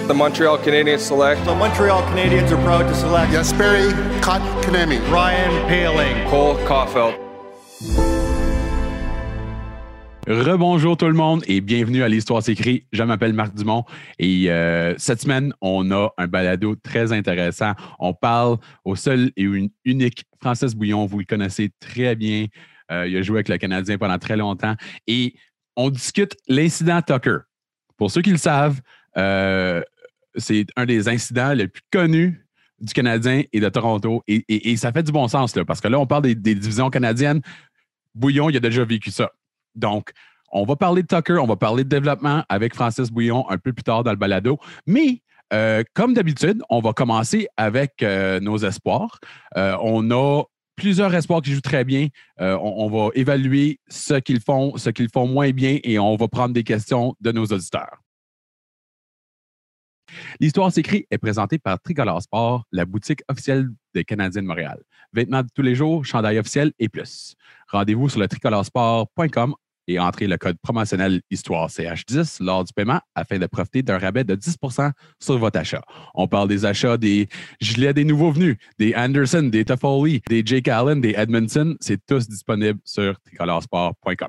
The Montreal Canadiens select The Montreal Canadiens are proud to select Jesperi Kotkaniemi, Ryan Poehling, Cole Caulfield. Rebonjour tout le monde et bienvenue à l'Histoire s'écrit. Je m'appelle Marc Dumont et cette semaine, on a un balado très intéressant. On parle au seul et unique Francis Bouillon. Vous le connaissez très bien. Il a joué avec le Canadien pendant très longtemps et on discute l'incident Tucker. Pour ceux qui le savent, c'est un des incidents les plus connus du Canadien et de Toronto et ça fait du bon sens là, parce que là, on parle des divisions canadiennes. Bouillon, il a déjà vécu ça. Donc, on va parler de Tucker, on va parler de développement avec Francis Bouillon un peu plus tard dans le balado. Mais, comme d'habitude, on va commencer avec nos espoirs. On a plusieurs espoirs qui jouent très bien. On va évaluer ce qu'ils font moins bien et on va prendre des questions de nos auditeurs. L'Histoire s'écrit est présentée par Tricolore Sport, la boutique officielle des Canadiens de Montréal. Vêtements de tous les jours, chandail officiel et plus. Rendez-vous sur le tricoloresport.com et entrez le code promotionnel Histoire CH10 lors du paiement afin de profiter d'un rabais de 10% sur votre achat. On parle des achats des gilets des nouveaux venus, des Anderson, des Toffoli, des Jake Allen, des Edmondson. C'est tous disponibles sur tricoloresport.com.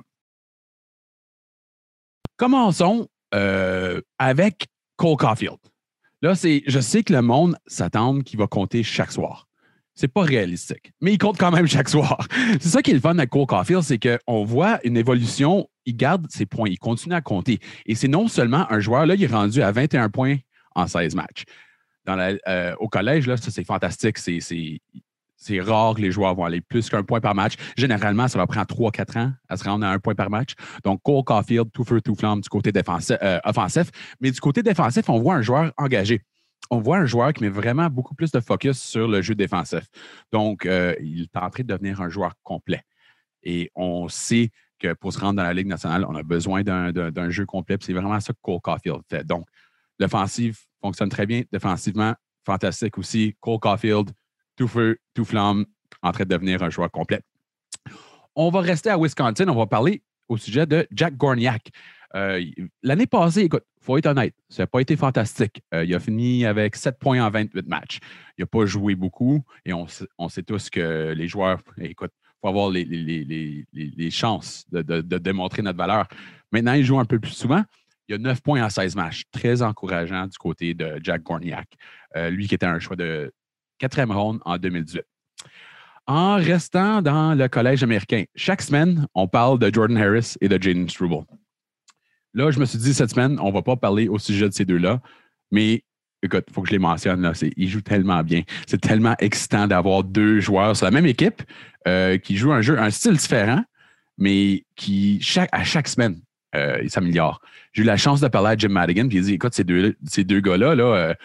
Commençons avec Cole Caulfield. Là, je sais que le monde s'attend qu'il va compter chaque soir. C'est pas réalistique, mais il compte quand même chaque soir. C'est ça qui est le fun avec Cole Caulfield, c'est qu'on voit une évolution, il garde ses points, il continue à compter. Et c'est non seulement un joueur, là, il est rendu à 21 points en 16 matchs. Au collège, là, ça, c'est fantastique. C'est rare que les joueurs vont aller plus qu'un point par match. Généralement, ça va prendre 3-4 ans à se rendre à un point par match. Donc, Cole Caulfield, tout feu, tout flamme du côté offensif. Mais du côté défensif, on voit un joueur engagé. On voit un joueur qui met vraiment beaucoup plus de focus sur le jeu défensif. Donc, il est en train de devenir un joueur complet. Et on sait que pour se rendre dans la Ligue nationale, on a besoin d'un jeu complet. C'est vraiment ça que Cole Caulfield fait. Donc, l'offensive fonctionne très bien. Défensivement, fantastique aussi. Cole Caulfield, tout feu, tout flamme, en train de devenir un joueur complet. On va rester à Wisconsin. On va parler au sujet de Jack Gorniak. L'année passée, écoute, il faut être honnête, ça n'a pas été fantastique. Il a fini avec 7 points en 28 matchs. Il n'a pas joué beaucoup et on sait tous que les joueurs, écoute, il faut avoir les chances de démontrer notre valeur. Maintenant, il joue un peu plus souvent. Il y a 9 points en 16 matchs. Très encourageant du côté de Jack Gorniak. Lui qui était un choix de 4e ronde en 2018. En restant dans le collège américain, chaque semaine, on parle de Jordan Harris et de Jayden Struble. Là, je me suis dit cette semaine, on ne va pas parler au sujet de ces deux-là, mais écoute, il faut que je les mentionne. Là, ils jouent tellement bien. C'est tellement excitant d'avoir deux joueurs sur la même équipe qui jouent un style différent, mais qui, à chaque semaine, ils s'améliorent. J'ai eu la chance de parler à Jim Madigan, puis il dit, écoute, ces deux gars-là,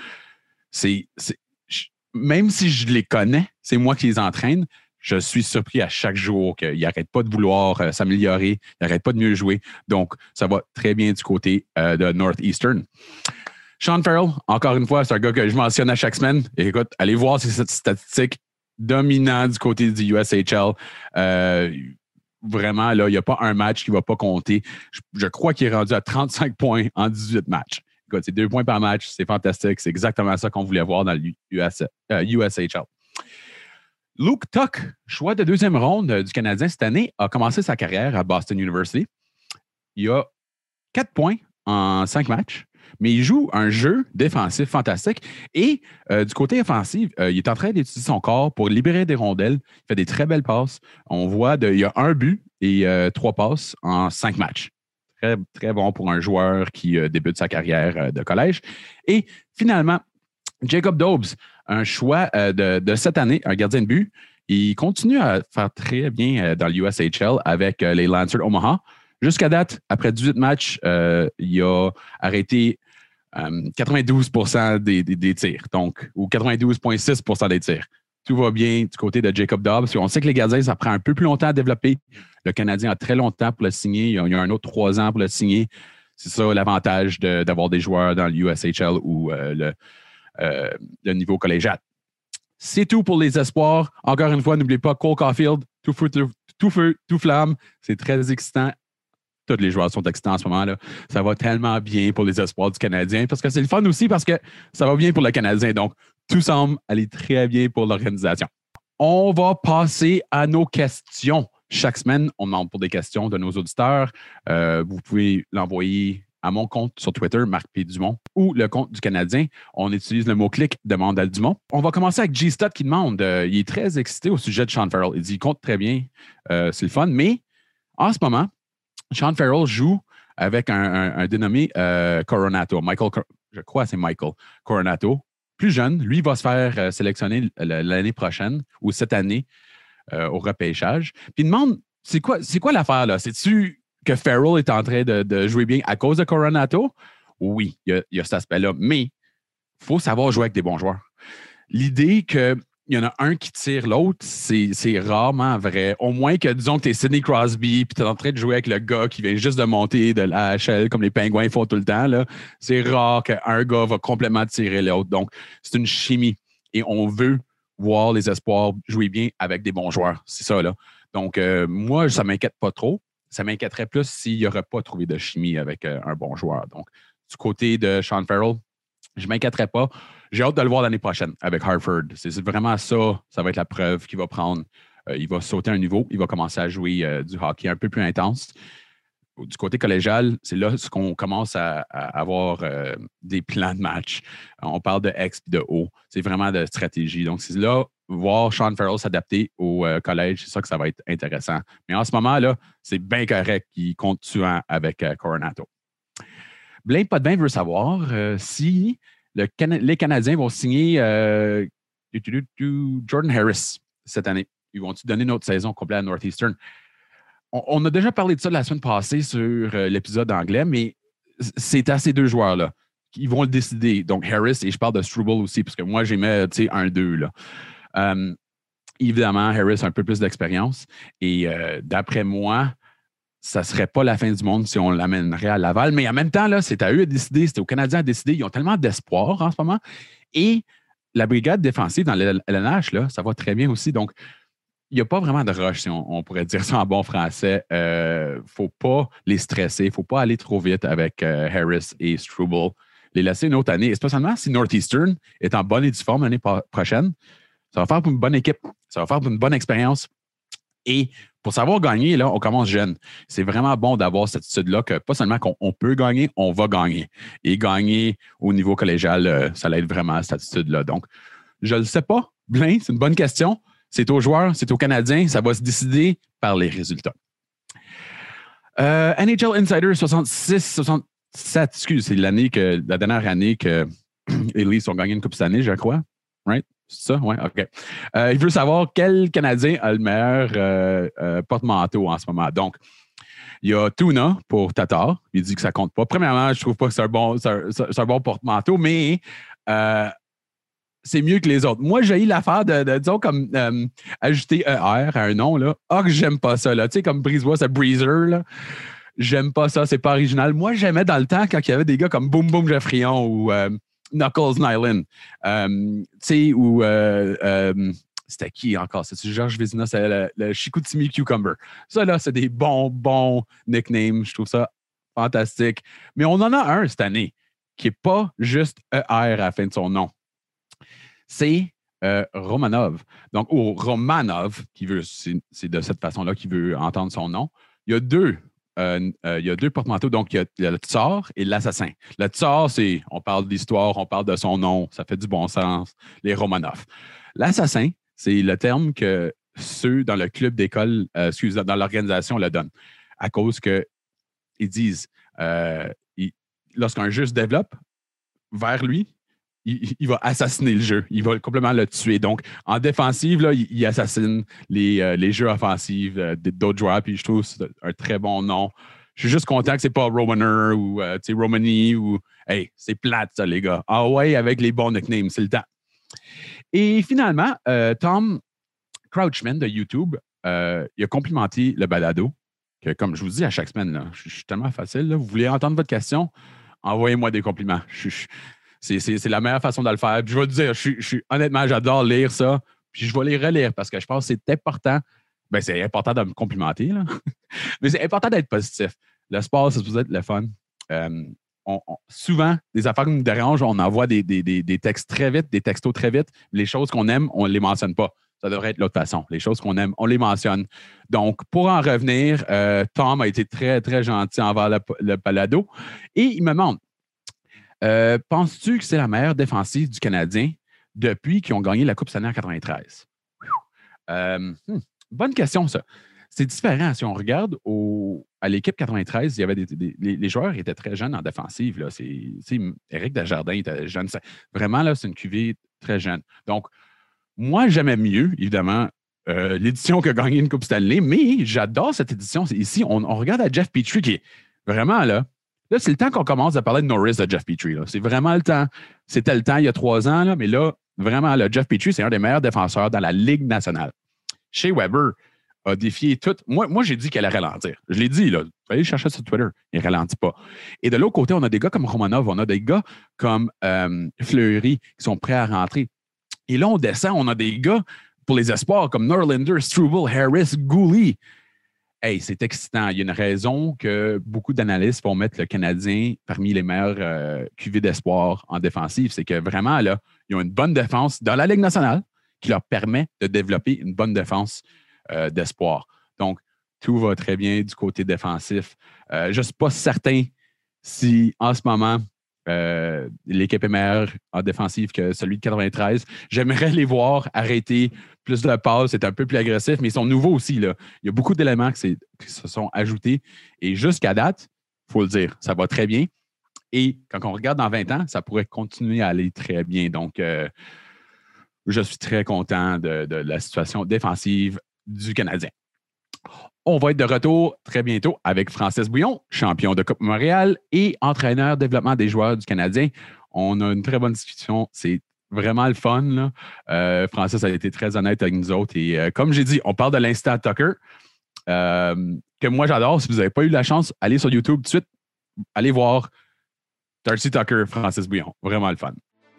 même si je les connais, c'est moi qui les entraîne, je suis surpris à chaque jour qu'ils n'arrêtent pas de vouloir s'améliorer, ils n'arrêtent pas de mieux jouer. Donc, ça va très bien du côté de Northeastern. Sean Farrell, encore une fois, c'est un gars que je mentionne à chaque semaine. Et écoute, allez voir ses statistiques dominantes du côté du USHL. Vraiment, là, il n'y a pas un match qui ne va pas compter. Je crois qu'il est rendu à 35 points en 18 matchs. Écoute, c'est 2 points par match, c'est fantastique. C'est exactement ça qu'on voulait voir dans le USHL. Luke Tuch, choix de 2e ronde du Canadien cette année, a commencé sa carrière à Boston University. Il a 4 points en 5 matchs, mais il joue un jeu défensif fantastique. Et du côté offensif, il est en train d'utiliser son corps pour libérer des rondelles. Il fait des très belles passes. On voit il y a 1 but et 3 passes en 5 matchs. Très, très bon pour un joueur qui débute sa carrière de collège. Et finalement, Jacob Dobbs, un choix de cette année, un gardien de but. Il continue à faire très bien dans l'USHL avec les Lancers Omaha. Jusqu'à date, après 18 matchs, il a arrêté 92% des tirs, donc, ou 92,6% des tirs. Tout va bien du côté de Jacob Dobbs. On sait que les gardiens, ça prend un peu plus longtemps à développer. Le Canadien a très longtemps pour le signer. Il y a un autre 3 ans pour le signer. C'est ça l'avantage d'avoir des joueurs dans l'USHL ou le niveau collégial. C'est tout pour les espoirs. Encore une fois, n'oubliez pas Cole Caulfield, tout feu, tout flamme. C'est très excitant. tous les joueurs sont excités en ce moment. Là. Ça va tellement bien pour les espoirs du Canadien parce que c'est le fun aussi parce que ça va bien pour le Canadien. Donc, tout semble aller très bien pour l'organisation. On va passer à nos questions. Chaque semaine, on demande pour des questions de nos auditeurs. Vous pouvez l'envoyer à mon compte sur Twitter, Marc P. Dumont, ou le compte du Canadien. On utilise le mot-clic « Demande à Dumont ». On va commencer avec G-Stud qui demande, il est très excité au sujet de Sean Farrell. Il dit, il compte très bien, c'est le fun, mais en ce moment, Sean Farrell joue avec un dénommé Coronato. Je crois que c'est Michael Coronato. Plus jeune, lui va se faire sélectionner l'année prochaine ou cette année au repêchage. Puis il demande, c'est quoi l'affaire là? C'est-tu que Farrell est en train de jouer bien à cause de Coronato? Oui, il y a cet aspect-là. Mais il faut savoir jouer avec des bons joueurs. L'idée qu'il y en a un qui tire l'autre, c'est rarement vrai. Au moins que, disons que tu es Sidney Crosby puis tu es en train de jouer avec le gars qui vient juste de monter de l'AHL comme les Pingouins font tout le temps. Là. C'est rare qu'un gars va complètement tirer l'autre. Donc, c'est une chimie. Et on veut voir les espoirs jouer bien avec des bons joueurs. C'est ça, là. Donc, moi, ça ne m'inquiète pas trop. Ça m'inquiéterait plus s'il n'aurait pas trouvé de chimie avec un bon joueur. Donc, du côté de Sean Farrell, je ne m'inquiéterais pas. J'ai hâte de le voir l'année prochaine avec Hartford. C'est vraiment ça. Ça va être la preuve qu'il va prendre. Il va sauter un niveau. Il va commencer à jouer du hockey un peu plus intense. Du côté collégial, c'est là qu'on commence à avoir des plans de match. On parle de X et de O. C'est vraiment de stratégie. Donc, c'est là, voir Sean Farrell s'adapter au collège, c'est ça que ça va être intéressant. Mais en ce moment, là, c'est bien correct qu'il compte tuant avec Coronato. Blaine Potvin veut savoir si les Canadiens vont signer Jordan Harris cette année. Ils vont-ils donner notre saison complète à Northeastern? On a déjà parlé de ça la semaine passée sur l'épisode anglais, mais c'est à ces deux joueurs-là qui vont le décider. Donc, Harris, et je parle de Struble aussi, parce que moi, j'aimais 1-2. Évidemment, Harris a un peu plus d'expérience. Et d'après moi, ça ne serait pas la fin du monde si on l'amènerait à Laval. Mais en même temps, là, c'est à eux de décider, c'est aux Canadiens à décider. Ils ont tellement d'espoir en ce moment. Et la brigade défensive dans le LNH, là, ça va très bien aussi. Donc, il n'y a pas vraiment de rush, si on pourrait dire ça en bon français. Il ne faut pas les stresser. Il ne faut pas aller trop vite avec Harris et Struble. Les laisser une autre année. Et spécialement si Northeastern est en bonne et due forme l'année prochaine, ça va faire pour une bonne équipe. Ça va faire pour une bonne expérience. Et pour savoir gagner, là, on commence jeune. C'est vraiment bon d'avoir cette attitude-là que pas seulement qu'on peut gagner, on va gagner. Et gagner au niveau collégial, ça l'aide vraiment, cette attitude-là. Donc, je ne le sais pas. Blain, c'est une bonne question. C'est aux joueurs, c'est aux Canadiens. Ça va se décider par les résultats. NHL Insider 66-67, excuse, c'est la dernière année que les Leafs ont gagné une Coupe cette année, je crois. Right? C'est ça? Oui, OK. Il veut savoir quel Canadien a le meilleur porte-manteau en ce moment. Donc, il y a Tuna pour Tatar. Il dit que ça ne compte pas. Premièrement, je ne trouve pas que c'est un bon porte-manteau, mais c'est mieux que les autres. Moi, j'ai eu l'affaire de disons, comme ajouter ER à un nom. Là. Ah, que j'aime pas ça. Là. Tu sais, comme Brisebois, c'est Breezer. Là. J'aime pas ça. C'est pas original. Moi, j'aimais dans le temps quand il y avait des gars comme Boom Boom Geoffrion ou Knuckles Nyland. Tu sais, ou c'était qui encore? C'est Georges Vézina, c'est le Chicoutimi Cucumber. Ça, là, c'est des bons nicknames. Je trouve ça fantastique. Mais on en a un cette année qui n'est pas juste ER à la fin de son nom. C'est Romanov. Donc, ou Romanov, c'est de cette façon-là qu'il veut entendre son nom. Il y a deux porte-manteaux. Donc, il y a le tsar et l'assassin. Le tsar, on parle d'histoire, on parle de son nom, ça fait du bon sens, les Romanov. L'assassin, c'est le terme que ceux dans le club d'école, dans l'organisation le donnent. À cause qu'ils disent, lorsqu'un jeu se développe vers lui, il va assassiner le jeu. Il va complètement le tuer. Donc, en défensive, là, il assassine les jeux offensifs d'autres joueurs. Puis je trouve que c'est un très bon nom. Je suis juste content que c'est pas Romaner ou Romani ou hey, c'est plate, ça, les gars. Ah ouais, avec les bons nicknames, c'est le temps. Et finalement, Tom Crouchman de YouTube, il a complimenté le balado. Que, comme je vous dis à chaque semaine, là, je suis tellement facile. Là, vous voulez entendre votre question? Envoyez-moi des compliments. C'est la meilleure façon de le faire. Puis je vais te dire, honnêtement, j'adore lire ça. Puis je vais les relire parce que je pense que c'est important. Ben, c'est important de me complimenter, là. Mais c'est important d'être positif. Le sport, c'est supposé être le fun. Souvent, des affaires qui nous dérangent, on envoie des textes très vite, des textos très vite. Les choses qu'on aime, on ne les mentionne pas. Ça devrait être l'autre façon. Les choses qu'on aime, on les mentionne. Donc, pour en revenir, Tom a été très, très gentil envers le balado. Et il me demande, penses-tu que c'est la meilleure défensive du Canadien depuis qu'ils ont gagné la Coupe Stanley en 93? Bonne question, ça. C'est différent. Si on regarde à l'équipe 93, il y avait les joueurs étaient très jeunes en défensive. Là. Éric Desjardins était jeune. Vraiment, là, c'est une cuvée très jeune. Donc, moi, j'aimais mieux, évidemment, l'édition qui a gagné une Coupe Stanley, mais j'adore cette édition. Ici, on regarde à Jeff Petrie qui est vraiment là. Là, c'est le temps qu'on commence à parler de Norris de Jeff Petrie. Là. C'est vraiment le temps. C'était le temps il y a 3 ans, là, mais là, vraiment, là, Jeff Petrie, c'est un des meilleurs défenseurs dans la Ligue nationale. Shea Weber a défié tout. Moi, j'ai dit qu'elle allait ralentir. Je l'ai dit, là. Allez chercher sur Twitter. Il ne ralentit pas. Et de l'autre côté, on a des gars comme Romanov, on a des gars comme Fleury qui sont prêts à rentrer. Et là, on descend, on a des gars pour les espoirs comme Norlinder, Struble, Harris, Gooley. Hey, c'est excitant. Il y a une raison que beaucoup d'analystes vont mettre le Canadien parmi les meilleurs QV d'espoir en défensive. C'est que vraiment, là, ils ont une bonne défense dans la Ligue nationale qui leur permet de développer une bonne défense d'espoir. Donc, tout va très bien du côté défensif. Je ne suis pas certain si, en ce moment, l'équipe est meilleure en défensive que celui de 93. J'aimerais les voir arrêter plus de passes, c'est un peu plus agressif, mais ils sont nouveaux aussi. Là. Il y a beaucoup d'éléments qui se sont ajoutés. Et jusqu'à date, il faut le dire, ça va très bien. Et quand on regarde dans 20 ans, ça pourrait continuer à aller très bien. Donc, je suis très content de la situation défensive du Canadien. On va être de retour très bientôt avec Francis Bouillon, champion de Coupe Montréal et entraîneur développement des joueurs du Canadien. On a une très bonne discussion. C'est vraiment le fun. Là. Francis a été très honnête avec nous autres. Et comme j'ai dit, on parle de l'instant Tucker, que moi j'adore. Si vous n'avez pas eu la chance, allez sur YouTube tout de suite. Allez voir Darcy Tucker, Francis Bouillon. Vraiment le fun.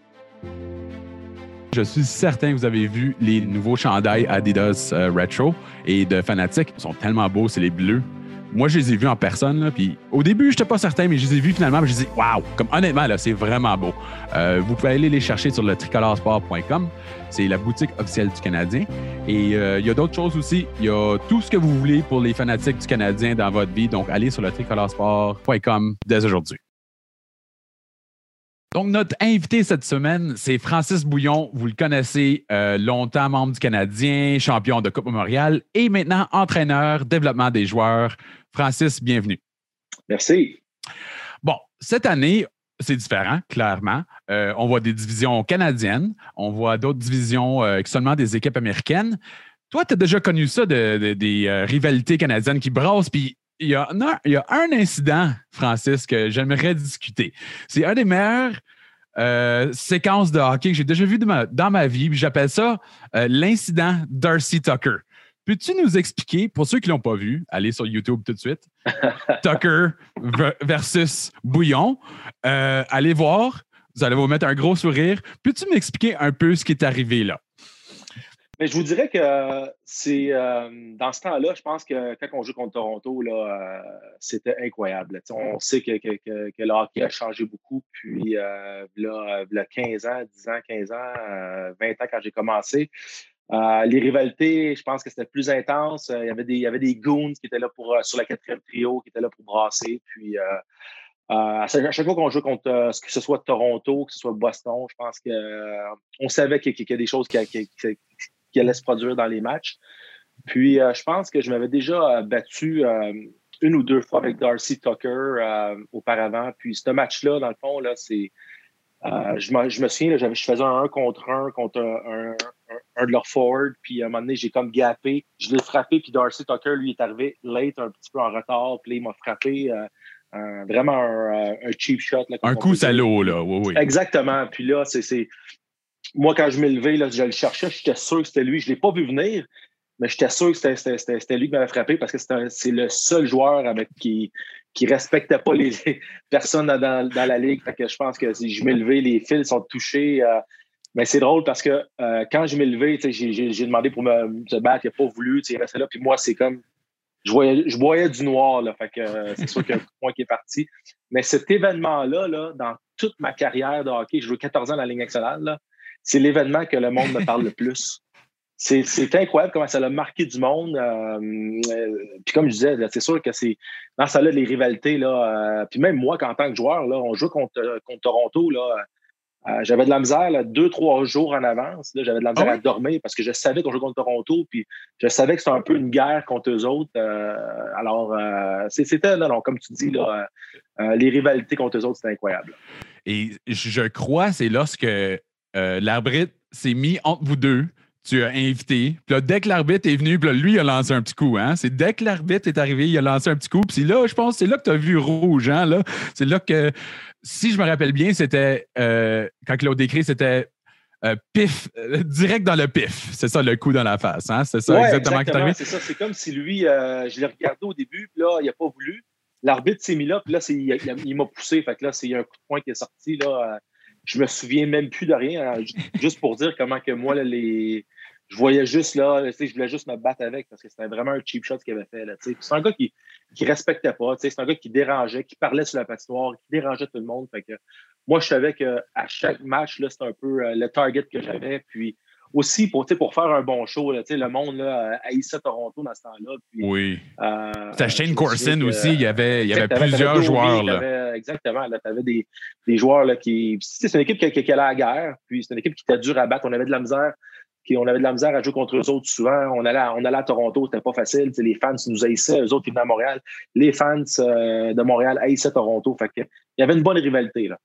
Je suis certain que vous avez vu les nouveaux chandails Adidas Retro et de Fanatic. Ils sont tellement beaux, c'est les bleus. Moi, je les ai vus en personne. Là, puis au début, je n'étais pas certain, mais je les ai vus finalement. Je me suis dit, waouh! Comme honnêtement, là, c'est vraiment beau. Vous pouvez aller les chercher sur le tricoloresport.com. C'est la boutique officielle du Canadien. Et il y a d'autres choses aussi. Il y a tout ce que vous voulez pour les fanatiques du Canadien dans votre vie. Donc, allez sur le tricoloresport.com dès aujourd'hui. Donc, notre invité cette semaine, c'est Francis Bouillon. Vous le connaissez, longtemps membre du Canadien, champion de Coupe Montréal et maintenant entraîneur, développement des joueurs. Francis, bienvenue. Merci. Bon, cette année, c'est différent, clairement. On voit des divisions canadiennes, on voit d'autres divisions seulement des équipes américaines. Toi, tu as déjà connu ça, des rivalités canadiennes qui brassent, puis il y a un incident, Francis, que j'aimerais discuter. C'est un des meilleures séquences de hockey que j'ai déjà vu dans ma vie. Puis j'appelle ça l'incident Darcy Tucker. Peux-tu nous expliquer, pour ceux qui ne l'ont pas vu, allez sur YouTube tout de suite, Tucker versus Bouillon. Allez voir, vous allez vous mettre un gros sourire. Peux-tu m'expliquer un peu ce qui est arrivé là? Mais je vous dirais que c'est dans ce temps-là, je pense que quand on joue contre Toronto, là, c'était incroyable. On sait que le hockey a changé beaucoup. Puis là, 15 ans, 10 ans, 15 ans, 20 ans quand j'ai commencé, les rivalités, je pense que c'était plus intense. Il y avait des goons qui étaient là sur la 4e trio, qui étaient là pour brasser. Puis à chaque fois qu'on joue contre, que ce soit Toronto, que ce soit Boston, je pense qu'on savait qu'il y a des choses qui allait se produire dans les matchs. Puis, je pense que je m'avais déjà battu 1 ou 2 fois avec Darcy Tucker auparavant. Puis, ce match-là, dans le fond, là, c'est... je me souviens, là, je faisais un 1 contre 1 contre un de leurs forwards. Puis, à un moment donné, j'ai comme gappé. Je l'ai frappé, puis Darcy Tucker, lui, est arrivé late, un petit peu en retard. Puis, là, il m'a frappé vraiment un cheap shot. Là, un coup salaud, là. Oui, oui. Exactement. Puis là, c'est... Moi, quand je m'ai levé, là, je le cherchais, j'étais sûr que c'était lui. Je ne l'ai pas vu venir, mais j'étais sûr que c'était lui qui m'avait frappé parce que c'est le seul joueur qui respectait pas les personnes dans la ligue. Fait que je pense que si je m'ai levé, les fils sont touchés. Mais c'est drôle parce que quand je m'ai levé, j'ai demandé pour me battre, il n'a pas voulu, il restait là. Puis moi, c'est comme je voyais du noir, là, fait que c'est sûr qu'il y a un coup de poing qui est parti. Mais cet événement-là, là, dans toute ma carrière de hockey, je joue 14 ans dans la Ligue nationale, là, c'est l'événement que le monde me parle le plus. C'est incroyable comment ça a marqué du monde. Puis comme je disais, là, c'est sûr que c'est dans ça là les rivalités là. Puis même moi, en tant que joueur, là, on joue contre Toronto là. J'avais de la misère 2-3 jours en avance. Là, j'avais de la misère à dormir parce que je savais qu'on jouait contre Toronto. Puis je savais que c'était un peu une guerre contre eux autres. Alors c'était non, comme tu dis là, les rivalités contre eux autres, c'était incroyable. Et je crois c'est lorsque l'arbitre s'est mis entre vous deux. Tu as invité. Puis là, dès que l'arbitre est venu, puis là, lui, il a lancé un petit coup. Hein? C'est dès que l'arbitre est arrivé, il a lancé un petit coup. Puis là, je pense, c'est là que tu as vu rouge. Hein, là? C'est là que, si je me rappelle bien, c'était, quand Claude décrit, c'était pif, direct dans le pif. C'est ça, le coup dans la face. Hein? C'est ça exactement qui est arrivé. C'est ça. C'est comme si lui, je l'ai regardé au début, puis là, il n'a pas voulu. L'arbitre s'est mis là, puis là, il m'a poussé. Fait que là, il y a un coup de poing qui est sorti. Là, je me souviens même plus de rien. Juste pour dire comment que moi, là, je voyais juste là, je voulais juste me battre avec parce que c'était vraiment un cheap shot qu'il avait fait. Là, c'est un gars qui respectait pas. C'est un gars qui dérangeait, qui parlait sur la patinoire, qui dérangeait tout le monde. Fait que moi, je savais qu'à chaque match, là, c'était un peu le target que j'avais. Puis aussi, pour faire un bon show, là, le monde là, haïssait Toronto dans ce temps-là. Puis, oui. C'était Shane Corson aussi. Il y avait plusieurs joueurs. Là. Exactement. Tu avais des joueurs là, qui. C'est une équipe qui allait à la guerre. Puis c'est une équipe qui était dure à battre. On avait de la misère. On avait de la misère à jouer contre eux autres souvent. On allait à Toronto, c'était pas facile. Les fans nous haïssaient, eux autres qui venaient à Montréal. Les fans de Montréal haïssaient Toronto. Fait que, il y avait une bonne rivalité. Là.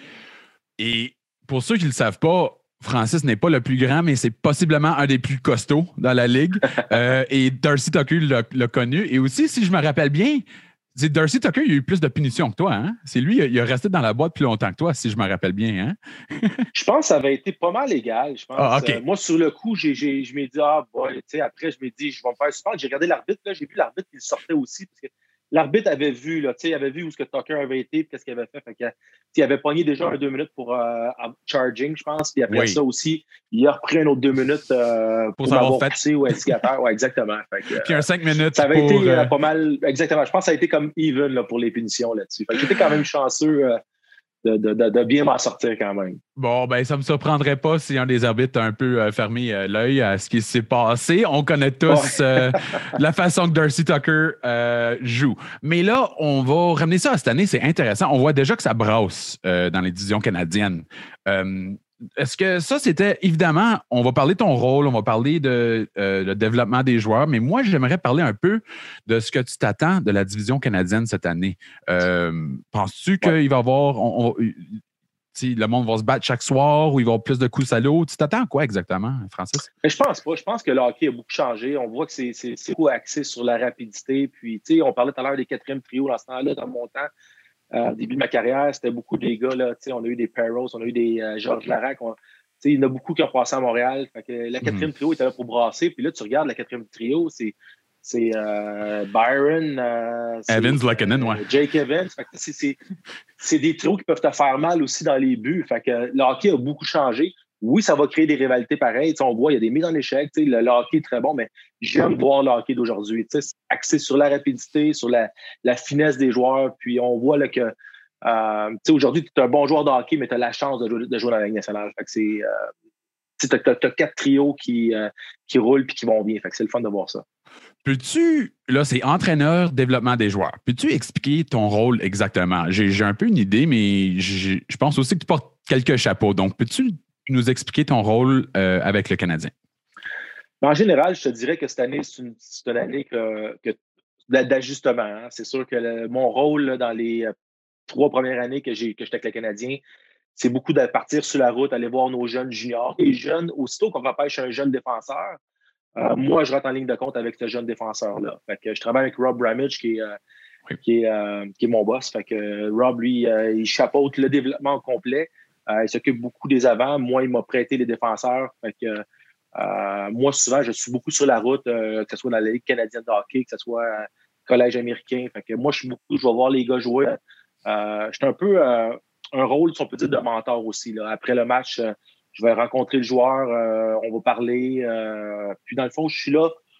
Et pour ceux qui ne le savent pas, Francis n'est pas le plus grand, mais c'est possiblement un des plus costauds dans la Ligue. Et Darcy Tucker l'a connu. Et aussi, si je me rappelle bien, Darcy Tucker, il a eu plus de punitions que toi. Hein? C'est lui, il a resté dans la boîte plus longtemps que toi, si je me rappelle bien. Hein? Je pense que ça avait été pas mal égal. Je pense. Okay. Moi, sur le coup, je m'ai dit, après, je m'ai dit, je vais me faire suspendre. J'ai regardé l'arbitre, là, j'ai vu l'arbitre qui sortait aussi, parce que l'arbitre avait vu, là, il avait vu où ce que Tucker avait été et qu'est-ce qu'il avait fait. Fait que, il avait pogné déjà 2 minutes pour charging, je pense. Puis après ça aussi, il a repris un autre 2 minutes pour m'avoir poussé au instigateur. Oui, exactement. Fait que, puis un 5 minutes. Ça avait été pas mal. Exactement. Je pense que ça a été comme even là, pour les punitions là-dessus. Fait que j'étais quand même chanceux de bien m'en sortir quand même. Bon, ben ça ne me surprendrait pas si un des arbitres a un peu fermé l'œil à ce qui s'est passé. On connaît tous la façon que Darcy Tucker joue. Mais là, on va ramener ça à cette année. C'est intéressant. On voit déjà que ça brasse dans les divisions canadiennes. Est-ce que ça, c'était évidemment, on va parler de ton rôle, on va parler de le développement des joueurs, mais moi, j'aimerais parler un peu de ce que tu t'attends de la division canadienne cette année. Penses-tu qu'il va y avoir, le monde va se battre chaque soir ou il va y avoir plus de coups à l'eau? Tu t'attends à quoi exactement, Francis? Mais je pense pas. Je pense que le hockey a beaucoup changé. On voit que c'est beaucoup axé sur la rapidité. Puis, on parlait tout à l'heure des 4e trios dans ce temps-là, dans mon temps. Au début de ma carrière, c'était beaucoup des gars. Là, on a eu des Perros, on a eu des Georges Larac. Il y en a beaucoup qui ont passé à Montréal. Fait que la 4e trio était là pour brasser. Puis là, tu regardes la 4e trio, c'est Byron, Evans, Lekanen, ouais. Jake Evans. Fait que c'est des trios qui peuvent te faire mal aussi dans les buts. Fait que le hockey a beaucoup changé. Oui, ça va créer des rivalités pareilles. On voit, il y a des mises en échec. Le hockey est très bon, mais j'aime voir le hockey d'aujourd'hui. C'est axé sur la rapidité, sur la finesse des joueurs. Puis on voit là, que aujourd'hui, tu es un bon joueur de hockey, mais tu as la chance de jouer dans la Ligue nationale. Fait que t'as 4 trios qui roulent et qui vont bien. Fait que c'est le fun de voir ça. Peux-tu, là, c'est entraîneur, développement des joueurs. Peux-tu expliquer ton rôle exactement? J'ai un peu une idée, mais je pense aussi que tu portes quelques chapeaux. Donc, peux-tu nous expliquer ton rôle avec le Canadien? En général, je te dirais que cette année, c'est une année d'ajustement. Hein. C'est sûr que mon rôle là, dans les 3 premières années que j'étais avec le Canadien, c'est beaucoup de partir sur la route, aller voir nos jeunes juniors. Les jeunes, aussitôt qu'on repêche un jeune défenseur, moi, je rentre en ligne de compte avec ce jeune défenseur-là. Fait que je travaille avec Rob Ramage, qui est mon boss. Fait que Rob, lui, il chapeaute le développement au complet. Il s'occupe beaucoup des avants. Moi, il m'a prêté les défenseurs. Fait que moi, souvent, je suis beaucoup sur la route, que ce soit dans la Ligue canadienne de hockey, que ce soit collège américain. Fait que moi, je vais voir les gars jouer. Je suis un peu un rôle, si on peut dire, de mentor aussi. Là. Après le match, je vais rencontrer le joueur, on va parler. Puis dans le fond, je suis là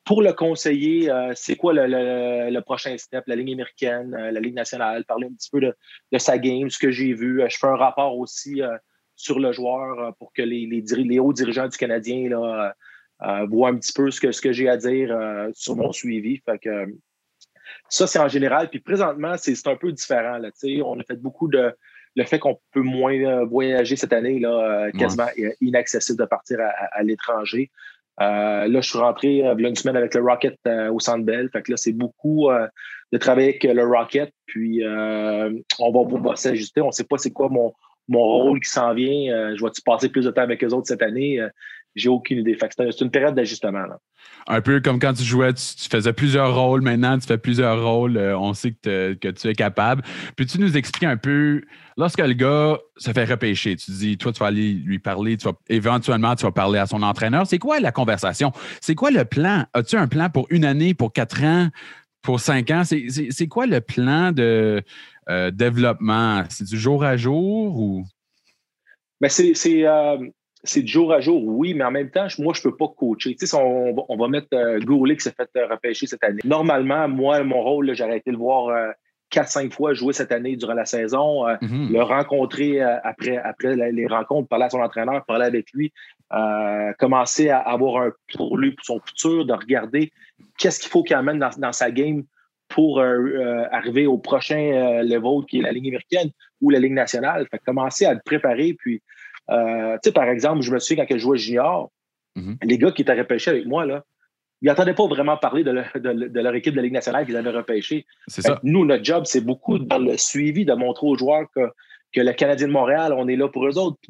pour le conseiller, c'est quoi le prochain step, la Ligue américaine, la Ligue nationale, parler un petit peu de sa game, ce que j'ai vu. Je fais un rapport aussi sur le joueur pour que les hauts dirigeants du Canadien là, voient un petit peu ce que j'ai à dire sur mon suivi. Fait que ça, c'est en général. Puis présentement, c'est un peu différent. Là, on a fait beaucoup de... Le fait qu'on peut moins voyager cette année, là, quasiment inaccessible de partir à l'étranger. Là, je suis rentré il y a une semaine avec le Rocket au Centre Bell. Fait que là, c'est beaucoup de travailler avec le Rocket. Puis, on va s'ajuster. On ne sait pas c'est quoi mon rôle qui s'en vient. Je vais-tu passer plus de temps avec eux autres cette année? J'ai aucune idée. Fait que c'est une période d'ajustement. Là. Un peu comme quand tu jouais, tu faisais plusieurs rôles. Maintenant, tu fais plusieurs rôles. On sait que tu es capable. Peux-tu nous expliquer un peu, lorsque le gars se fait repêcher, tu dis, toi, tu vas aller lui parler, éventuellement, tu vas parler à son entraîneur. C'est quoi la conversation? C'est quoi le plan? As-tu un plan pour 1 année, pour 4 ans, pour 5 ans? C'est quoi le plan de développement? C'est du jour à jour ou? Ben, c'est du jour à jour, oui, mais en même temps, moi, je ne peux pas coacher. Tu sais, on va mettre Goulet qui s'est fait repêcher cette année. Normalement, moi, mon rôle, j'aurais été le voir 4-5 fois jouer cette année durant la saison, le rencontrer après les rencontres, parler à son entraîneur, parler avec lui, commencer à avoir un pour lui, pour son futur, de regarder qu'est-ce qu'il faut qu'il amène dans sa game pour arriver au prochain level qui est la Ligue américaine ou la Ligue nationale. Fait commencer à le préparer, puis tu sais, par exemple, je me souviens quand je jouais junior, les gars qui étaient repêchés avec moi, là, ils n'entendaient pas vraiment parler de leur équipe de la Ligue nationale qu'ils avaient repêché. C'est ça. Nous, notre job, c'est beaucoup dans le suivi, de montrer aux joueurs que le Canadien de Montréal, on est là pour eux autres, puis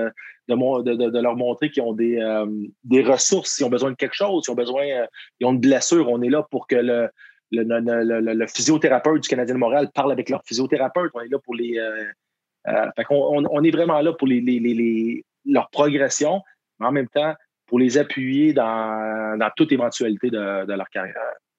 de leur montrer qu'ils ont des ressources, s'ils ont besoin de quelque chose, s'ils ont besoin, ils ont une blessure, on est là pour que le physiothérapeute du Canadien de Montréal parle avec leur physiothérapeute, on est là pour les... fait qu'on est vraiment là pour leur progression, mais en même temps, pour les appuyer dans toute éventualité de leur carrière.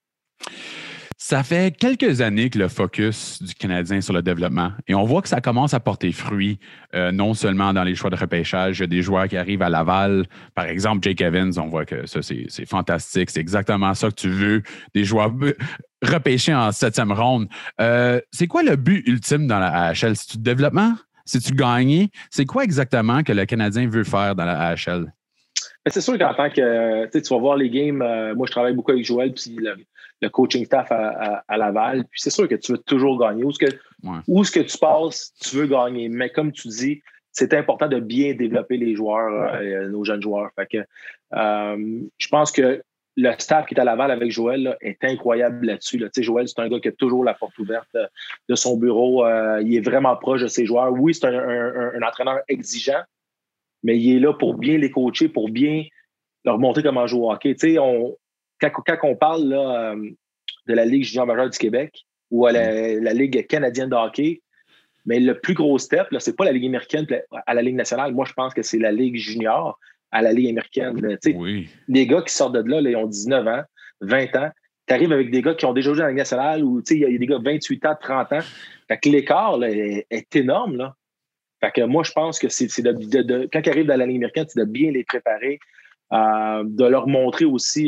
Ça fait quelques années que le focus du Canadien est sur le développement et on voit que ça commence à porter fruit, non seulement dans les choix de repêchage. Il y a des joueurs qui arrivent à Laval. Par exemple, Jake Evans, on voit que ça, c'est fantastique. C'est exactement ça que tu veux, des joueurs repêchés en 7e ronde. C'est quoi le but ultime dans la AHL? C'est-tu le développement? C'est-tu gagner? C'est quoi exactement que le Canadien veut faire dans la AHL? C'est sûr qu'en tant que tu vas voir les games, moi je travaille beaucoup avec Joël puis le coaching staff à Laval, puis c'est sûr que tu veux toujours gagner. Où est-ce que tu passes, tu veux gagner. Mais comme tu dis, c'est important de bien développer les joueurs, nos jeunes joueurs. Fait que je pense que le staff qui est à Laval avec Joël là, est incroyable là-dessus. Là. Joël, c'est un gars qui a toujours la porte ouverte de son bureau. Il est vraiment proche de ses joueurs. Oui, c'est un entraîneur exigeant, mais il est là pour bien les coacher, pour bien leur montrer comment jouer au hockey. Quand on parle là, de la Ligue junior majeure du Québec ou à la Ligue canadienne de hockey, mais le plus gros step, ce n'est pas la Ligue américaine à la Ligue nationale. Moi, je pense que c'est la Ligue junior à la Ligue américaine. Oui. Les gars qui sortent de là, ils ont 19 ans, 20 ans. Tu arrives avec des gars qui ont déjà joué dans la Ligue nationale ou il y a des gars de 28 ans, 30 ans. Fait que l'écart là, est énorme. Là. Fait que moi, je pense que c'est quand ils arrivent dans la Ligue américaine, c'est de bien les préparer, de leur montrer aussi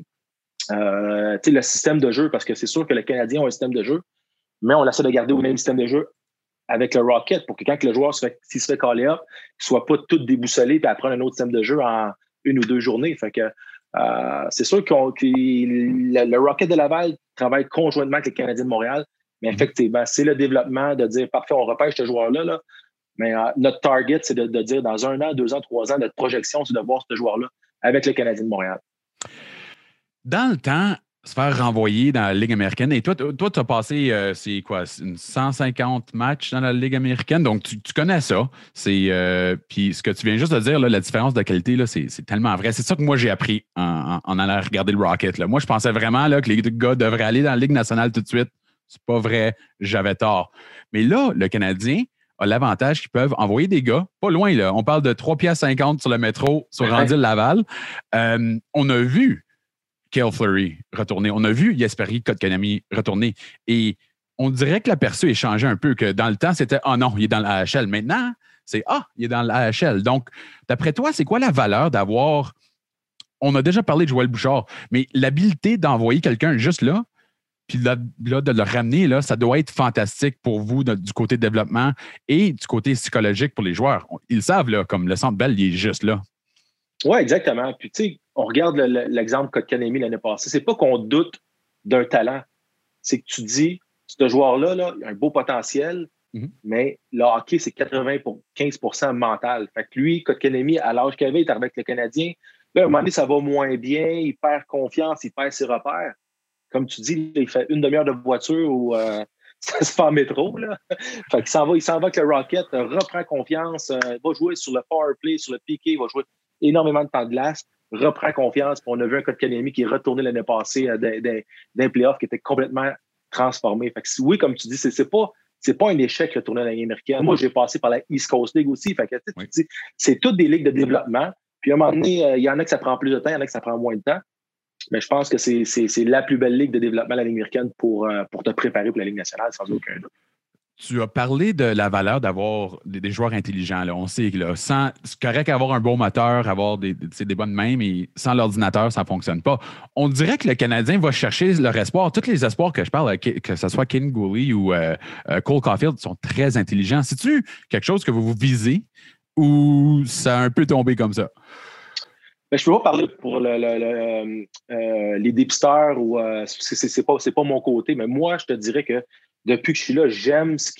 le système de jeu, parce que c'est sûr que les Canadiens ont un système de jeu, mais on essaie de garder au même système de jeu avec le Rocket pour que quand le joueur s'il se fait caller up, qu'il ne soit pas tout déboussolé et apprendre un autre système de jeu en 1 ou 2 journées. Fait que c'est sûr que le Rocket de Laval travaille conjointement avec les Canadiens de Montréal, mais effectivement, c'est le développement de dire parfait, on repêche ce joueur-là, là. Mais notre target, c'est de dire dans 1 an, 2 ans, 3 ans, notre projection, c'est de voir ce joueur-là avec les Canadiens de Montréal. Dans le temps, se faire renvoyer dans la Ligue américaine, et toi tu as passé, c'est quoi, 150 matchs dans la Ligue américaine, donc tu connais ça. Puis ce que tu viens juste de dire, là, la différence de qualité, là, c'est tellement vrai. C'est ça que moi, j'ai appris en allant regarder le Rocket. Là. Moi, je pensais vraiment là, que les gars devraient aller dans la Ligue nationale tout de suite. C'est pas vrai, j'avais tort. Mais là, le Canadien a l'avantage qu'ils peuvent envoyer des gars, pas loin, là. On parle de 3,50 $, sur le métro, sur Randil-Laval. On a vu Cale Fleury retourner. On a vu Jesperi Kotkaniemi retourner. Et on dirait que l'aperçu est changé un peu, que dans le temps, c'était « Ah non, il est dans l'AHL ». Maintenant, c'est « Ah, il est dans l'AHL ». Donc, d'après toi, c'est quoi la valeur d'avoir on a déjà parlé de Joël Bouchard, mais l'habilité d'envoyer quelqu'un juste là, puis là, de le ramener, là, ça doit être fantastique pour vous du côté développement et du côté psychologique pour les joueurs. Ils savent, là, comme le Centre Bell, il est juste là. Oui, exactement. Puis, tu sais, on regarde l'exemple Kotkaniemi l'année passée. C'est pas qu'on doute d'un talent. C'est que tu dis, ce joueur-là, là, il a un beau potentiel, mais le hockey, c'est 95% mental. Fait que lui, Kotkaniemi, à l'âge qu'il avait, il est arrivé avec le Canadien. Là, à un moment donné, ça va moins bien, il perd confiance, il perd ses repères. Comme tu dis, il fait une demi-heure de voiture ou ça se fait en métro. Là. Fait qu'il il s'en va avec le Rocket, reprend confiance, va jouer sur le power play, sur le piqué, il va jouer énormément de temps de glace, reprend confiance. Puis on a vu un Kotkaniemi qui est retourné l'année passée d'un playoff qui était complètement transformé. Fait que oui, comme tu dis, c'est pas un échec de retourner à la Ligue américaine. Moi, j'ai passé par la East Coast League aussi. Fait que, tu dis, c'est toutes des ligues de développement. Puis à un moment donné, il y en a que ça prend plus de temps, il y en a que ça prend moins de temps. Mais je pense que c'est la plus belle ligue de développement de la Ligue américaine pour te préparer pour la Ligue nationale, sans aucun doute. Tu as parlé de la valeur d'avoir des joueurs intelligents. Là. On sait que c'est correct d'avoir un bon moteur, avoir des bonnes mains, mais sans l'ordinateur, ça ne fonctionne pas. On dirait que le Canadien va chercher leur espoir. Tous les espoirs que je parle, que ce soit Ken Gooley ou Cole Caulfield, sont très intelligents. C'est-tu quelque chose que vous visez ou ça a un peu tombé comme ça? Ben, je ne peux pas parler pour les dépisteurs ou c'est pas mon côté, mais moi, je te dirais que depuis que je suis là, j'aime ce